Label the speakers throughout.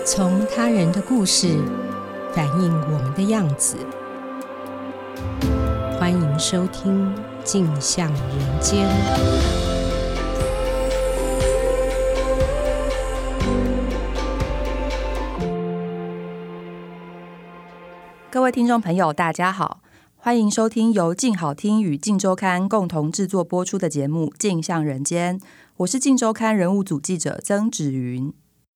Speaker 1: 从他人的故事反映我们的样子。欢迎收听《镜像人间》。
Speaker 2: 各位听众朋友大家好，欢迎收听由镜好听与镜周刊共同制作播出的节目《镜像人间》，我是镜周刊人物组记者曾芷云。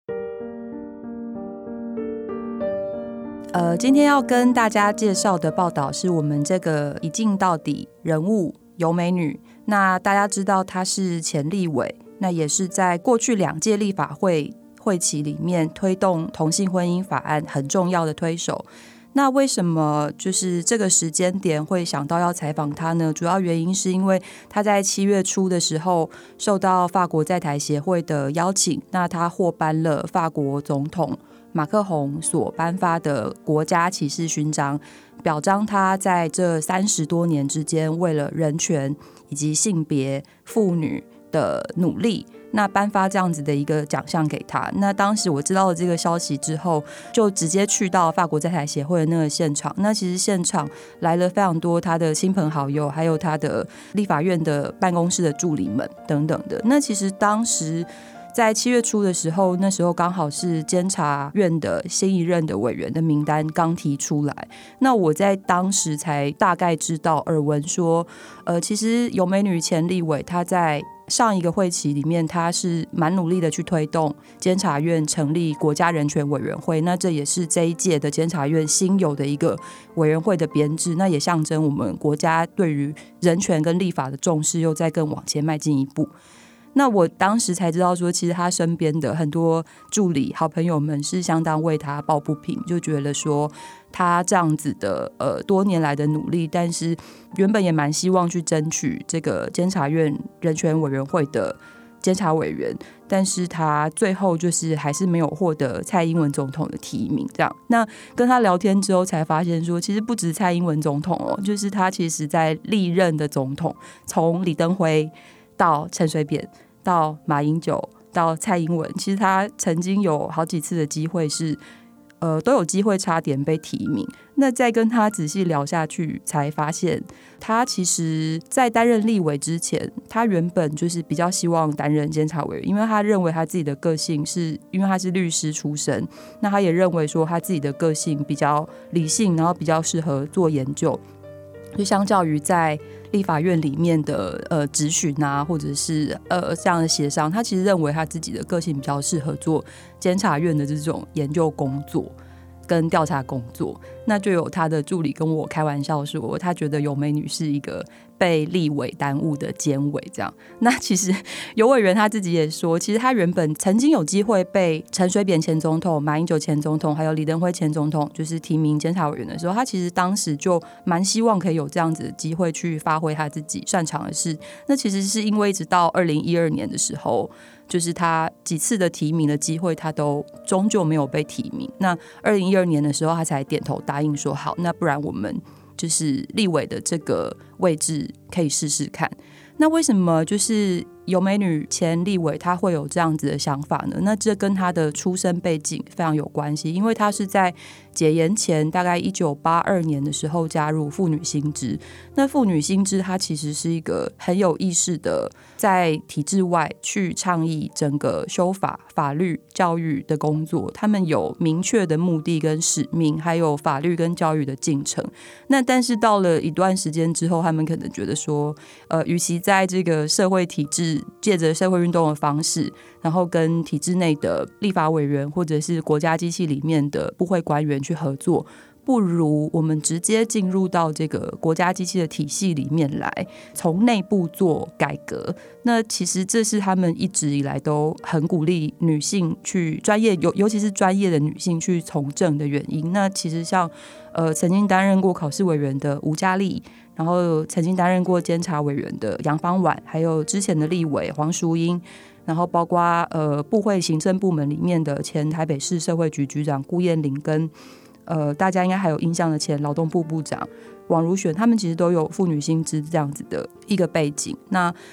Speaker 2: 今天要跟大家介绍的报道是我们这个一镜到底人物尤美女。那大家知道她是前立委，那也是在过去2届立法会期里面推动同性婚姻法案很重要的推手。那为什么就是这个时间点会想到要采访她呢？主要原因是因为她在7月初的时候受到法国在台协会的邀请，那她获颁了法国总统马克宏所颁发的国家骑士勋章，表彰他在这30多年之间为了人权以及性别妇女的努力，那颁发这样子的一个奖项给他。那当时我知道了这个消息之后，就直接去到法国在台协会的那个现场。那其实现场来了非常多他的亲朋好友，还有他的立法院的办公室的助理们等等的。那其实当时在7月初的时候，那时候刚好是监察院的新一任的委员的名单刚提出来，那我在当时才大概知道耳闻说，其实尤美女前立委她在上一个会期里面，她是蛮努力的去推动监察院成立国家人权委员会，那这也是这一届的监察院新有的一个委员会的编制，那也象征我们国家对于人权跟立法的重视又再更往前迈进一步。那我当时才知道说，其实他身边的很多助理好朋友们是相当为他抱不平，就觉得说他这样子的多年来的努力，但是原本也蛮希望去争取这个监察院人权委员会的监察委员，但是他最后就是还是没有获得蔡英文总统的提名这样。那跟他聊天之后才发现说，其实不止蔡英文总统哦，就是他其实在历任的总统，从李登辉到陈水扁到马英九到蔡英文，其实他曾经有好几次的机会是都有机会差点被提名。那再跟他仔细聊下去才发现，他其实在担任立委之前，他原本就是比较希望担任监察委员，因为他认为他自己的个性是因为他是律师出身，那他也认为说他自己的个性比较理性，然后比较适合做研究，就相较于在立法院里面的质询啊，或者是这样的协商，他其实认为他自己的个性比较适合做监察院的这种研究工作跟调查工作。那就有他的助理跟我开玩笑说，他觉得尤美女是一个被立委耽误的监委这样。那其实尤委员他自己也说，其实他原本曾经有机会被陈水扁前总统、马英九前总统还有李登辉前总统就是提名监察委员的时候，他其实当时就蛮希望可以有这样子的机会去发挥他自己擅长的事。那其实是因为一直到2012年的时候，就是他几次的提名的机会他都终究没有被提名。那2012年的时候他才点头答应说好，那不然我们就是立委的这个位置可以试试看。那为什么就是尤美女前立委她会有这样子的想法呢？那这跟她的出身背景非常有关系，因为她是在解严前大概1982年的时候加入妇女新知。那妇女新知它其实是一个很有意识的在体制外去倡议整个修法、法律、教育的工作，他们有明确的目的跟使命，还有法律跟教育的进程。那但是到了一段时间之后，他们可能觉得说与其在这个社会体制借着社会运动的方式，然后跟体制内的立法委员或者是国家机器里面的部会官员去合作，不如我们直接进入到这个国家机器的体系里面来，从内部做改革。那其实这是他们一直以来都很鼓励女性去专业，尤其是专业的女性去从政的原因。那其实像曾经担任过考试委员的吴嘉丽，然后曾经担任过监察委员的杨芳婉，还有之前的立委黄淑英，然后包括部会行政部门里面的前台北市社会局局长顾燕玲，跟大家应该还有印象的前劳动部部长王如璇，他们其实都有妇女新知这样子的一个背景。那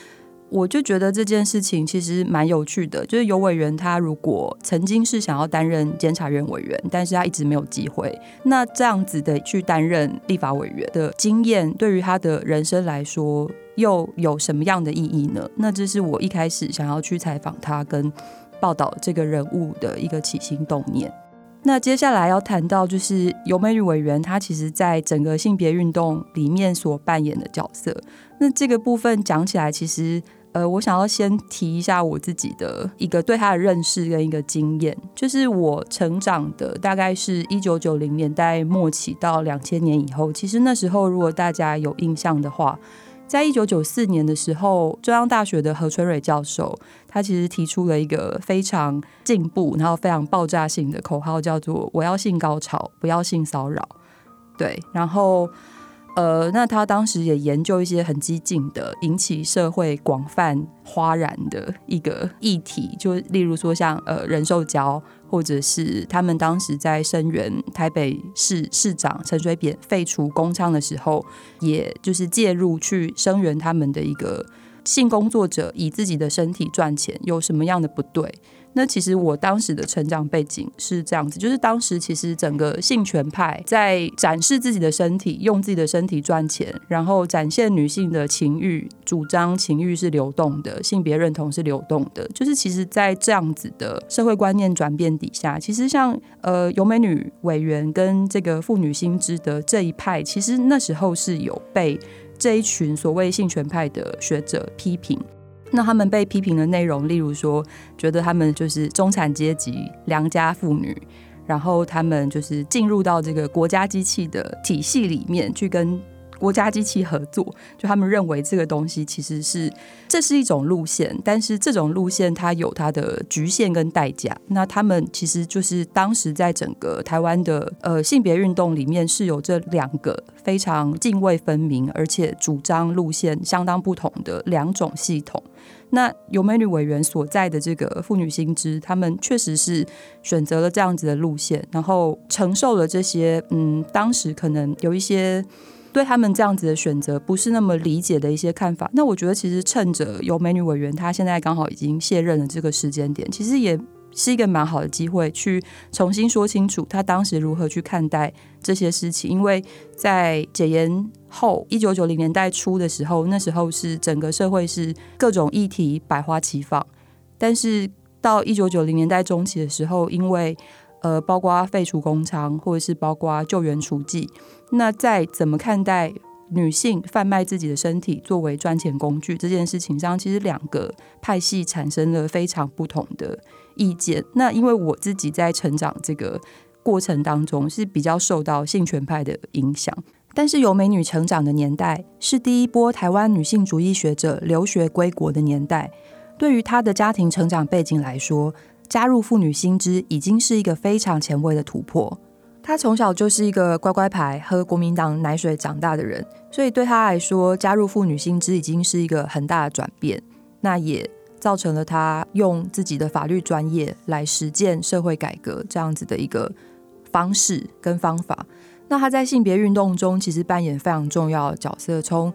Speaker 2: 我就觉得这件事情其实蛮有趣的，就是游委员他如果曾经是想要担任监察院委员，但是他一直没有机会，那这样子的去担任立法委员的经验对于他的人生来说又有什么样的意义呢？那这是我一开始想要去采访他跟报道这个人物的一个起心动念。那接下来要谈到就是游美女委员她其实在整个性别运动里面所扮演的角色。那这个部分讲起来，其实我想要先提一下我自己的一个对她的认识跟一个经验，就是我成长的大概是1990年代末期到2000年以后。其实那时候如果大家有印象的话，在1994年的时候，中央大学的何春蕊教授他其实提出了一个非常进步然后非常爆炸性的口号，叫做我要性高潮不要性骚扰。对，然后那他当时也研究一些很激进的引起社会广泛哗然的一个议题，就例如说像人寿交，或者是他们当时在声援台北市市长陈水扁废除公娼的时候，也就是介入去声援他们的一个性工作者以自己的身体赚钱有什么样的不对。那其实我当时的成长背景是这样子，就是当时其实整个性权派在展示自己的身体，用自己的身体赚钱，然后展现女性的情欲，主张情欲是流动的，性别认同是流动的。就是其实在这样子的社会观念转变底下，其实像游美女委员跟这个妇女新知的这一派，其实那时候是有被这一群所谓性权派的学者批评。那他们被批评的内容，例如说觉得他们就是中产阶级良家妇女，然后他们就是进入到这个国家机器的体系里面去跟国家机器合作，就他们认为这个东西其实这是一种路线，但是这种路线它有它的局限跟代价。那他们其实就是当时在整个台湾的性别运动里面是有这两个非常泾渭分明，而且主张路线相当不同的两种系统。那游美女委员所在的这个妇女新知，他们确实是选择了这样子的路线，然后承受了这些当时可能有一些对他们这样子的选择不是那么理解的一些看法。那我觉得其实趁着游美女委员她现在刚好已经卸任的这个时间点，其实也是一个蛮好的机会去重新说清楚她当时如何去看待这些事情。因为在解严后1990年代初的时候，那时候是整个社会是各种议题百花齐放，但是到1990年代中期的时候，因为包括废除公娼，或者是包括救援除妓，那在怎么看待女性贩卖自己的身体作为赚钱工具这件事情上，其实两个派系产生了非常不同的意见。那因为我自己在成长这个过程当中是比较受到性权派的影响，但是游美女成长的年代是第一波台湾女性主义学者留学归国的年代，对于她的家庭成长背景来说，加入妇女新知已经是一个非常前卫的突破。她从小就是一个乖乖牌，喝国民党奶水长大的人，所以对她来说，加入妇女新知已经是一个很大的转变。那也造成了她用自己的法律专业来实践社会改革这样子的一个方式跟方法。那她在性别运动中其实扮演非常重要的角色。从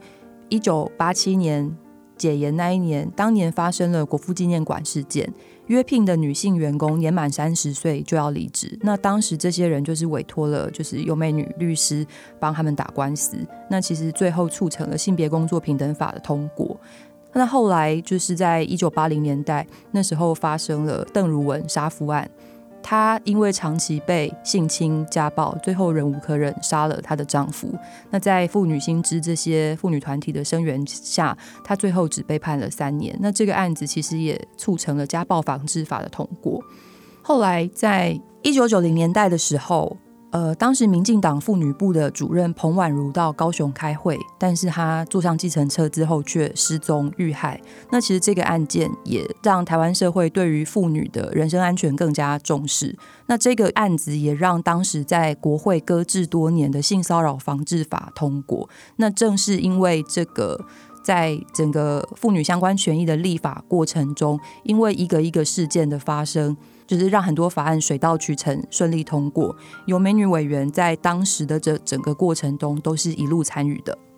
Speaker 2: 1987年解严那一年，当年发生了国父纪念馆事件，约聘的女性员工年满30岁就要离职。那当时这些人就是委托了就是游美女律师帮他们打官司，那其实最后促成了性别工作平等法的通过。那后来就是在1980年代，那时候发生了邓如雯杀夫案，她因为长期被性侵家暴，最后忍无可忍杀了她的丈夫。那在妇女新知这些妇女团体的声援下，她最后只被判了3年。那这个案子其实也促成了家暴防治法的通过。后来在1990年代的时候，当时民进党妇女部的主任彭婉如到高雄开会，但是她坐上计程车之后却失踪遇害。那其实这个案件也让台湾社会对于妇女的人身安全更加重视。那这个案子也让当时在国会搁置多年的性骚扰防治法通过。那正是因为这个在整个妇女相关权益的立法过程中，因为一个一个事件的发生，就是让很多法案水到渠成顺利通过。游美女委员在当时的这整个过程中都是一路参与的。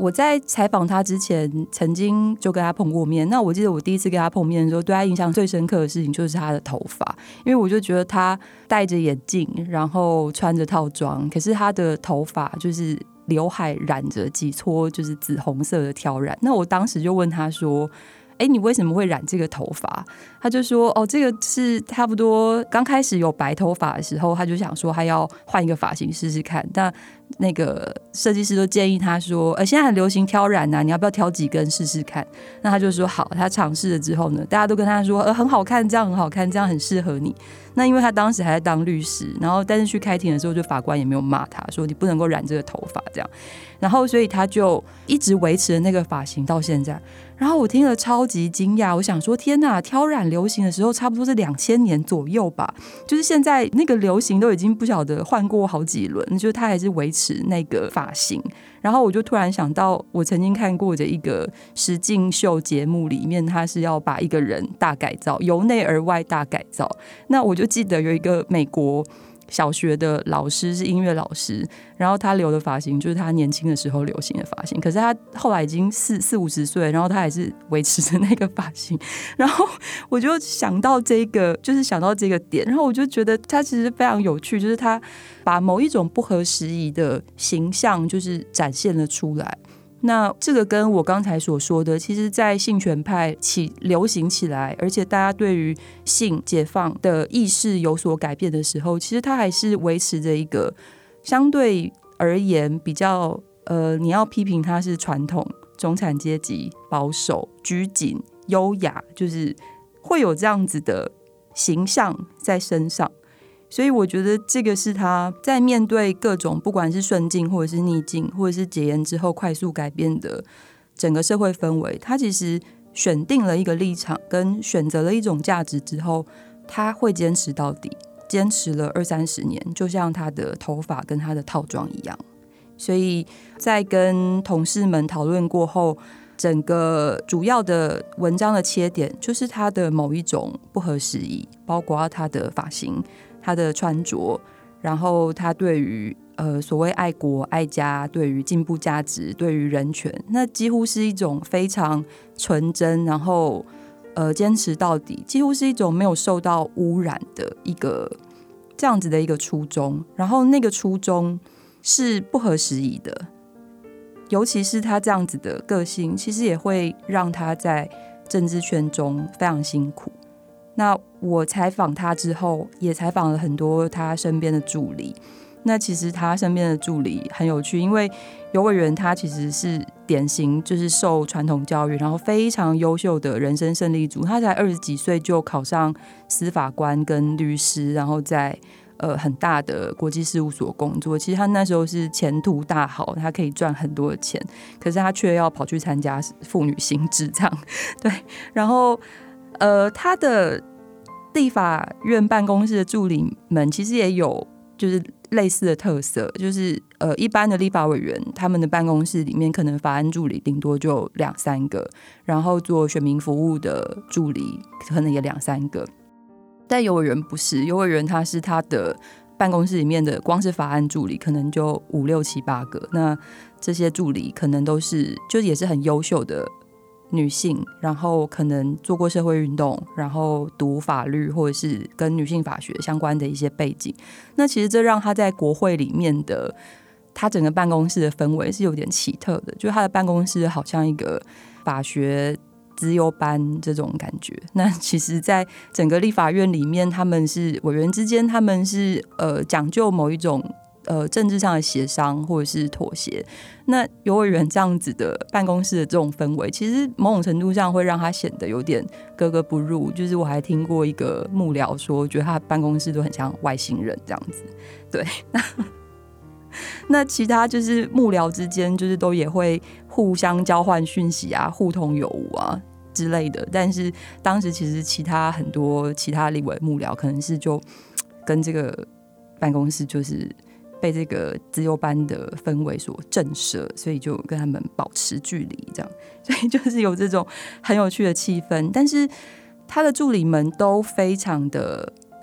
Speaker 2: 我在采访他之前曾经就跟他碰过面，那我记得我第一次跟他碰面的时候，对他印象最深刻的事情就是他的头发，因为我就觉得他戴着眼镜，然后穿着套装，可是他的头发就是刘海染着几撮就是紫红色的挑染。那我当时就问他说你为什么会染这个头发？他就说这个是差不多刚开始有白头发的时候，他就想说他要换一个发型试试看，但那个设计师都建议他说现在很流行挑染啊，你要不要挑几根试试看？那他就说好，他尝试了之后呢，大家都跟他说很好看，这样很好看，这样很适合你。那因为他当时还在当律师，然后但是去开庭的时候，就法官也没有骂他说你不能够染这个头发这样，然后所以他就一直维持了那个发型到现在。然后我听了超级惊讶，我想说天哪，挑染流行的时候差不多是2000年左右吧，就是现在那个流行都已经不晓得换过好几轮，就是他还是维持那个发型。然后我就突然想到我曾经看过的一个实境秀节目里面，他是要把一个人大改造，由内而外大改造。那我就记得有一个美国小学的老师是音乐老师，然后他留的发型就是他年轻的时候流行的发型，可是他后来已经40-50岁，然后他还是维持着那个发型。然后我就想到这个，就是想到这个点，然后我就觉得他其实非常有趣，就是他把某一种不合时宜的形象就是展现了出来。那这个跟我刚才所说的，其实在性权派流行起来，而且大家对于性解放的意识有所改变的时候，其实它还是维持着一个相对而言比较你要批评它是传统中产阶级保守拘谨优雅，就是会有这样子的形象在身上。所以我觉得这个是他在面对各种不管是顺境或者是逆境或者是解严之后快速改变的整个社会氛围，他其实选定了一个立场跟选择了一种价值之后，他会坚持到底，坚持了20-30年，就像他的头发跟他的套装一样。所以在跟同事们讨论过后，整个主要的文章的切点就是他的某一种不合时宜，包括他的发型，他的穿着，然后他对于所谓爱国爱家，对于进步价值，对于人权，那几乎是一种非常纯真，然后坚持到底，几乎是一种没有受到污染的一个这样子的一个初衷。然后那个初衷是不合时宜的，尤其是他这样子的个性，其实也会让他在政治圈中非常辛苦。那我采访他之后，也采访了很多他身边的助理。那其实他身边的助理很有趣，因为游委员他其实是典型就是受传统教育，然后非常优秀的人生胜利组。他才20几岁就考上司法官跟律师，然后在很大的国际事务所工作。其实他那时候是前途大好，他可以赚很多的钱，可是他却要跑去参加妇女新制这样。对，然后他的立法院办公室的助理们其实也有就是类似的特色，就是一般的立法委员他们的办公室里面可能法案助理顶多就2-3个，然后做选民服务的助理可能也2-3个。但游委员不是，游委员他是他的办公室里面的光是法案助理可能就5、6、7、8个，那这些助理可能都是就也是很优秀的女性，然后可能做过社会运动，然后读法律或者是跟女性法学相关的一些背景。那其实这让他在国会里面的他整个办公室的氛围是有点奇特的，就是他的办公室好像一个法学资优班这种感觉。那其实在整个立法院里面，他们是委员之间，他们是讲究某一种政治上的协商或者是妥协。那游委员这样子的办公室的这种氛围，其实某种程度上会让他显得有点格格不入。就是我还听过一个幕僚说，觉得他的办公室都很像外星人这样子。对，那其他就是幕僚之间，就是都也会互相交换讯息啊，互通有无啊之类的。但是当时其实很多其他立委幕僚可能是就跟这个办公室就是被这个资优班的氛围所震慑，所以就跟他们保持距离这样，所以就是有这种很有趣的气氛。但是他的助理们都非常的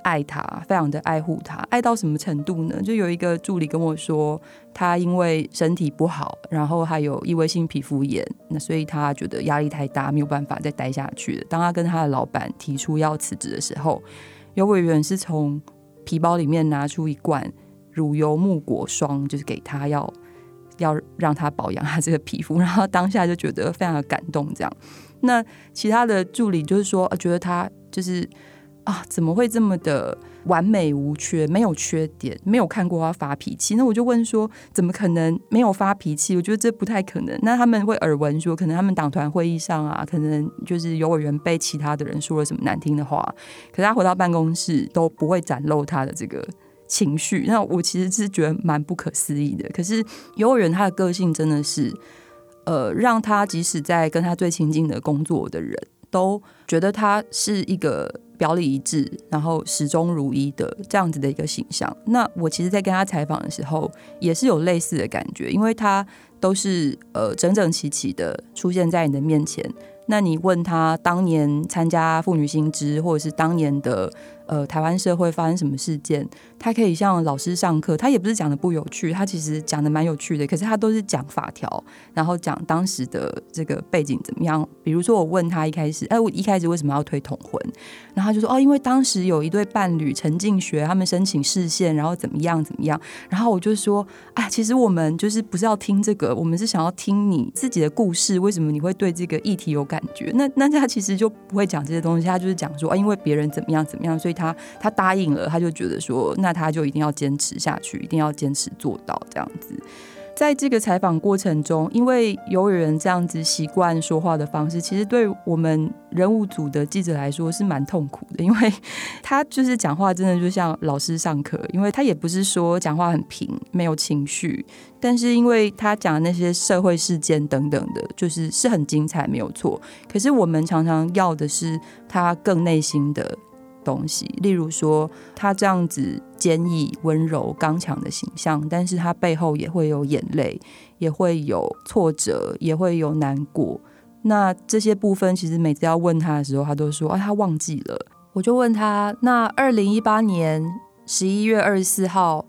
Speaker 2: 爱他，非常的爱护他，爱到什么程度呢？就有一个助理跟我说，他因为身体不好，然后还有异位性皮肤炎，那所以他觉得压力太大，没有办法再待下去了。当他跟他的老板提出要辞职的时候，有委员是从皮包里面拿出一罐乳油木果霜，就是给他要让他保养他这个皮肤，然后当下就觉得非常的感动这样。那其他的助理就是说，觉得他就是怎么会这么的完美无缺，没有缺点，没有看过他发脾气。那我就问说，怎么可能没有发脾气？我觉得这不太可能。那他们会耳闻说，可能他们党团会议上可能就是有委员被其他的人说了什么难听的话，可是他回到办公室都不会展露他的这个情绪。那我其实是觉得蛮不可思议的。可是有委员他的个性真的是让他即使在跟他最亲近的工作的人都觉得他是一个表里一致，然后始终如一的这样子的一个形象。那我其实在跟他采访的时候也是有类似的感觉，因为他都是整整齐齐的出现在你的面前。那你问他当年参加妇女新知，或者是当年的台湾社会发生什么事件，他可以像老师上课，他也不是讲的不有趣，他其实讲的蛮有趣的，可是他都是讲法条，然后讲当时的这个背景怎么样。比如说我问他我一开始为什么要推同婚，然后他就说因为当时有一对伴侣陈进学他们申请释宪，然后怎么样怎么样，然后我就说其实我们就是不是要听这个，我们是想要听你自己的故事，为什么你会对这个议题有感觉。那他其实就不会讲这些东西，他就是讲说因为别人怎么样怎么样，所以他答应了，他就觉得说那他就一定要坚持下去，一定要坚持做到这样子。在这个采访过程中，因为有委员这样子习惯说话的方式，其实对我们人物组的记者来说是蛮痛苦的，因为他就是讲话真的就像老师上课，因为他也不是说讲话很平没有情绪，但是因为他讲的那些社会事件等等的是很精彩没有错，可是我们常常要的是他更内心的东西。例如说他这样子坚毅温柔刚强的形象，但是他背后也会有眼泪，也会有挫折，也会有难过。那这些部分其实每次要问他的时候，他都说他忘记了。我就问他，那2018年11月24号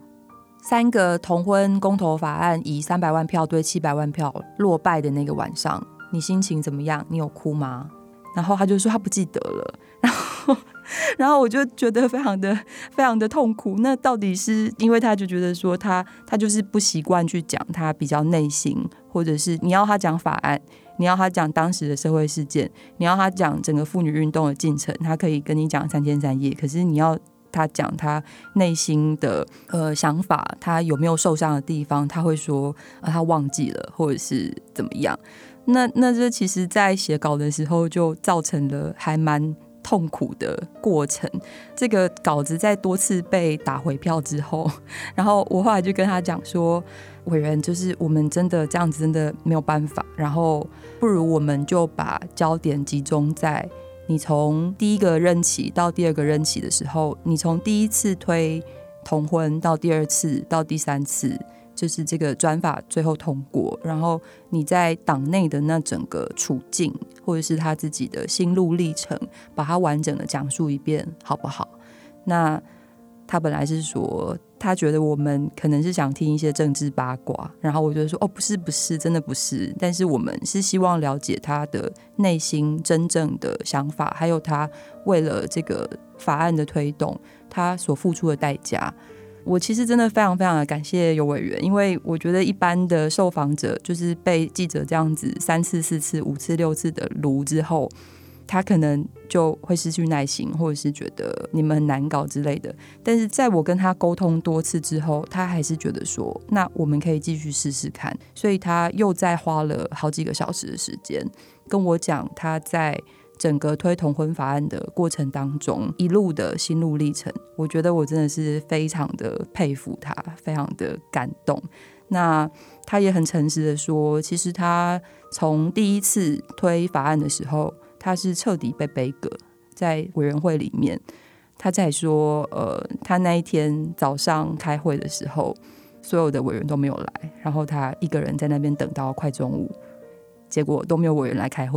Speaker 2: 3个同婚公投法案以300万票对700万票落败的那个晚上，你心情怎么样？你有哭吗？然后他就说他不记得了。然后我就觉得非常的痛苦。那到底是因为他就觉得说他就是不习惯去讲他比较内心，或者是你要他讲法案，你要他讲当时的社会事件，你要他讲整个妇女运动的进程，他可以跟你讲3天3夜，可是你要他讲他内心的想法，他有没有受伤的地方，他会说他忘记了，或者是怎么样。那这其实在写稿的时候就造成了还蛮痛苦的过程。这个稿子在多次被打回票之后，然后我后来就跟他讲说，委员就是我们真的这样子真的没有办法，然后不如我们就把焦点集中在你从第一个任期到第二个任期的时候，你从第一次推同婚到第二次到第三次，就是这个专法最后通过，然后你在党内的那整个处境，或者是他自己的心路历程，把它完整的讲述一遍好不好？那他本来是说他觉得我们可能是想听一些政治八卦，然后我就说不是真的不是，但是我们是希望了解他的内心真正的想法，还有他为了这个法案的推动他所付出的代价。我其实真的非常非常的感谢有委员，因为我觉得一般的受访者就是被记者这样子3次4次5次6次的撸之后，他可能就会失去耐心，或者是觉得你们很难搞之类的。但是在我跟他沟通多次之后，他还是觉得说那我们可以继续试试看，所以他又再花了好几个小时的时间跟我讲他在整个推同婚法案的过程当中一路的心路历程。我觉得我真的是非常的佩服他，非常的感动。那他也很诚实的说，其实他从第一次推法案的时候，他是彻底被杯葛在委员会里面。他在说他那一天早上开会的时候，所有的委员都没有来，然后他一个人在那边等到快中午，结果都没有委员来开会，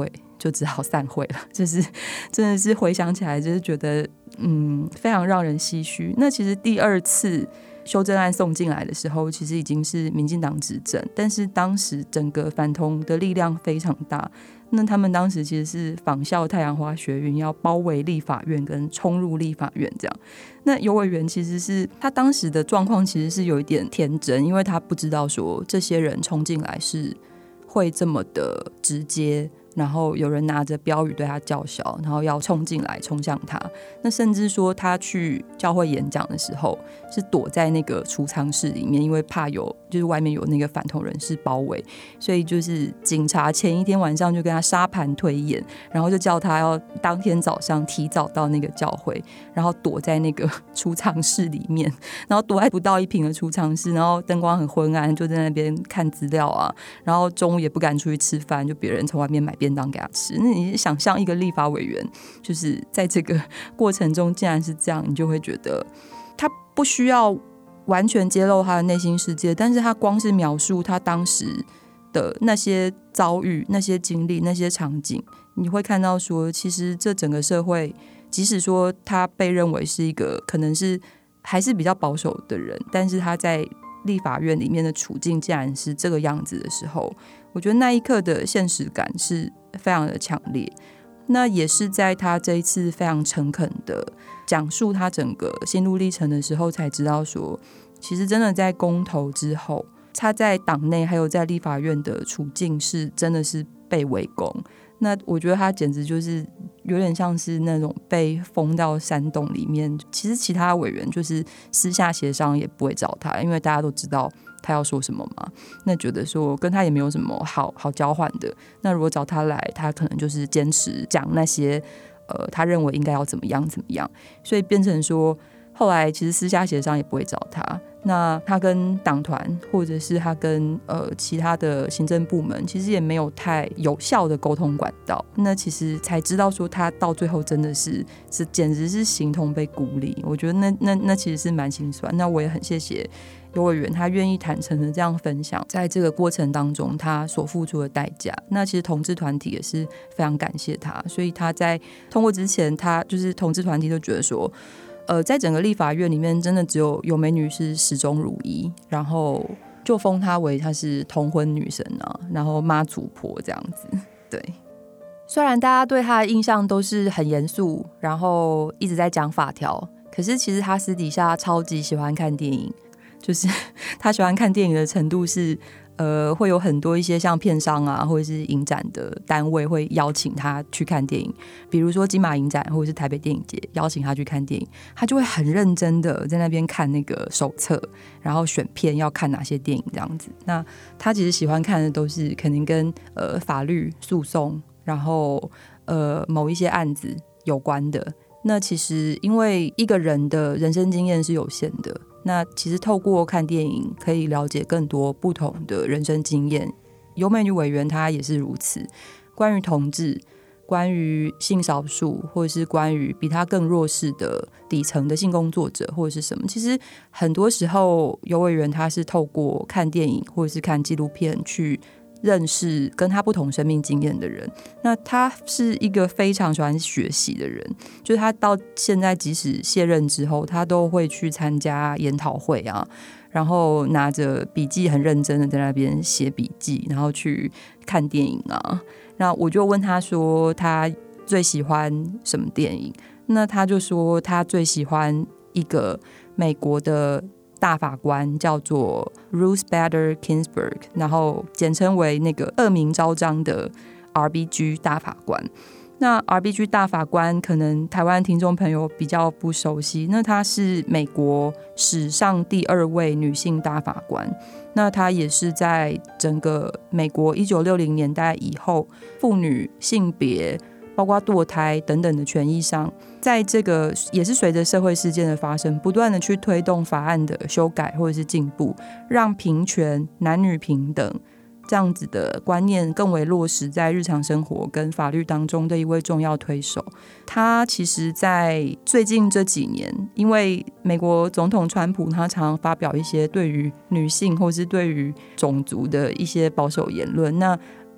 Speaker 2: 就只好散会了，就是真的是回想起来就是觉得非常让人唏嘘。那其实第二次修正案送进来的时候，其实已经是民进党执政，但是当时整个反同的力量非常大，那他们当时其实是仿效太阳花学运，要包围立法院跟冲入立法院这样。那游委员其实是他当时的状况其实是有一点天真，因为他不知道说这些人冲进来是会这么的直接，然后有人拿着标语对他叫嚣，然后要冲进来冲向他。那甚至说他去教会演讲的时候是躲在那个储藏室里面，因为怕有就是外面有那个反同人士包围，所以就是警察前一天晚上就跟他沙盘推演，然后就叫他要当天早上提早到那个教会，然后躲在那个储藏室里面，然后躲在不到1坪的储藏室，然后灯光很昏暗，就在那边看资料啊，然后中午也不敢出去吃饭，就别人从外面买便当给他吃。那你想象一个立法委员就是在这个过程中竟然是这样，你就会觉得他不需要完全揭露他的内心世界，但是他光是描述他当时的那些遭遇、那些经历、那些场景，你会看到说其实这整个社会即使说他被认为是一个可能是还是比较保守的人，但是他在立法院里面的处境竟然是这个样子的时候，我觉得那一刻的现实感是非常的强烈。那也是在他这一次非常诚恳的讲述他整个心路历程的时候，才知道说其实真的在公投之后，他在党内还有在立法院的处境是真的是被围攻。那我觉得他简直就是有点像是那种被封到山洞里面，其实其他委员就是私下协商也不会找他，因为大家都知道他要说什么嘛，那觉得说跟他也没有什么好交换的，那如果找他来，他可能就是坚持讲那些他认为应该要怎么样，所以变成说后来其实私下协商也不会找他，那他跟党团或者是他跟其他的行政部门其实也没有太有效的沟通管道，那其实才知道说他到最后真的是简直是形同被孤立。我觉得那其实是蛮心酸。那我也很谢谢游委员他愿意坦诚的这样分享在这个过程当中他所付出的代价。那其实同志团体也是非常感谢他，所以他在通过之前，他就是同志团体就觉得说在整个立法院里面真的只有游美女是始终如一，然后就封她为她是同婚女神啊，然后妈祖婆这样子。对，虽然大家对她的印象都是很严肃，然后一直在讲法条，可是其实她私底下超级喜欢看电影，就是她喜欢看电影的程度是会有很多一些像片商啊或者是影展的单位会邀请他去看电影，比如说金马影展或者是台北电影节邀请他去看电影，他就会很认真的在那边看那个手册，然后选片要看哪些电影这样子。那他其实喜欢看的都是可能跟法律诉讼然后某一些案子有关的。那其实因为一个人的人生经验是有限的，那其实透过看电影可以了解更多不同的人生经验。游美女委员她也是如此，关于同志，关于性少数，或者是关于比他更弱势的底层的性工作者或者是什么，其实很多时候游委员他是透过看电影或者是看纪录片去认识跟他不同生命经验的人。那他是一个非常喜欢学习的人，就是他到现在即使卸任之后，他都会去参加研讨会啊，然后拿着笔记很认真的在那边写笔记，然后去看电影啊。那我就问他说他最喜欢什么电影，那他就说他最喜欢一个美国的大法官叫做 Ruth Bader Ginsburg， 然后简称为那个恶名昭彰的 RBG 大法官。那 RBG 大法官可能台湾听众朋友比较不熟悉，那她是美国史上第2位女性大法官，那她也是在整个美国1960年代以后妇女性别包括堕胎等等的权益上，在这个也是随着社会事件的发生不断的去推动法案的修改或者是进步，让平权男女平等这样子的观念更为落实在日常生活跟法律当中的一位重要推手。他其实在最近这几年，因为美国总统川普他常常发表一些对于女性或是对于种族的一些保守言论，那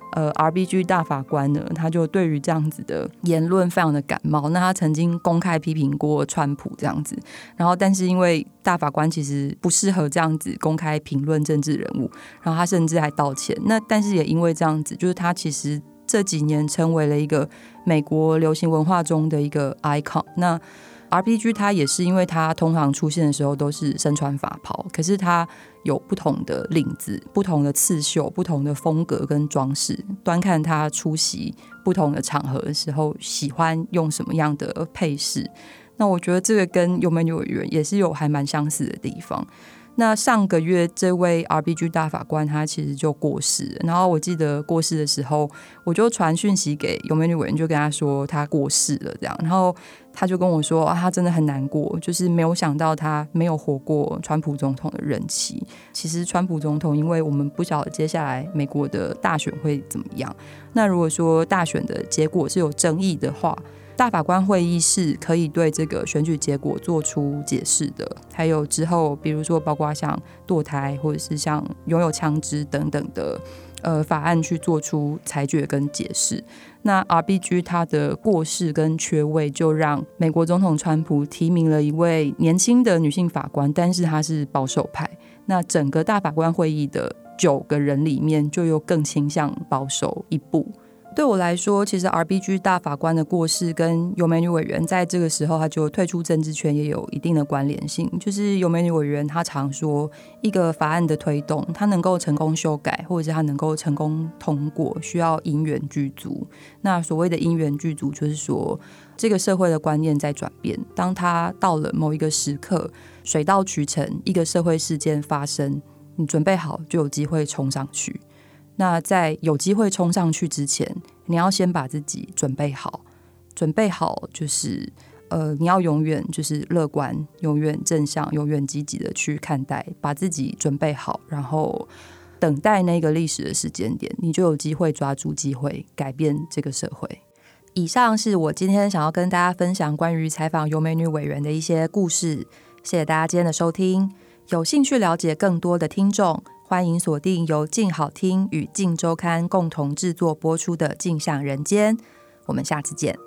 Speaker 2: RBG 大法官呢，他就对于这样子的言论非常的感冒。那他曾经公开批评过川普这样子，然后但是因为大法官其实不适合这样子公开评论政治人物，然后他甚至还道歉。那但是也因为这样子，就是他其实这几年成为了一个美国流行文化中的一个 icon。那RPG 它也是因为它通常出现的时候都是身穿法袍，可是它有不同的领子、不同的刺绣、不同的风格跟装饰，端看他出席不同的场合的时候喜欢用什么样的配饰。那我觉得这个跟有美女委员也是有还蛮相似的地方。那上个月这位 RBG 大法官他其实就过世了，然后我记得过世的时候我就传讯息给有美女委员，就跟他说他过世了这样，然后他就跟我说他真的很难过，就是没有想到他没有活过川普总统的任期。其实川普总统因为我们不晓得接下来美国的大选会怎么样，那如果说大选的结果是有争议的话，大法官会议是可以对这个选举结果做出解释的，还有之后比如说包括像堕胎或者是像拥有枪支等等的法案去做出裁决跟解释。那 RBG 他的过世跟缺位就让美国总统川普提名了一位年轻的女性法官，但是她是保守派。那整个大法官会议的9个人里面就又更倾向保守一步。对我来说，其实 RBG 大法官的过世跟有美女委员在这个时候他就退出政治圈也有一定的关联性。就是有美女委员他常说，一个法案的推动，他能够成功修改或者是他能够成功通过，需要因缘具足。那所谓的因缘具足，就是说这个社会的观念在转变，当他到了某一个时刻，水到渠成，一个社会事件发生，你准备好就有机会冲上去。那在有机会冲上去之前，你要先把自己准备好。准备好就是你要永远就是乐观，永远正向，永远积极的去看待，把自己准备好，然后等待那个历史的时间点，你就有机会抓住机会改变这个社会。以上是我今天想要跟大家分享关于采访有美女委员的一些故事，谢谢大家今天的收听。有兴趣了解更多的听众，欢迎锁定由静好听与静周刊共同制作播出的《镜像人间》，我们下次见。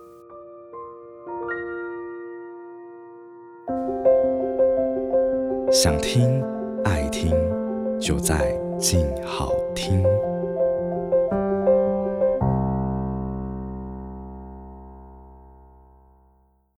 Speaker 3: 想听爱听，就在静好听。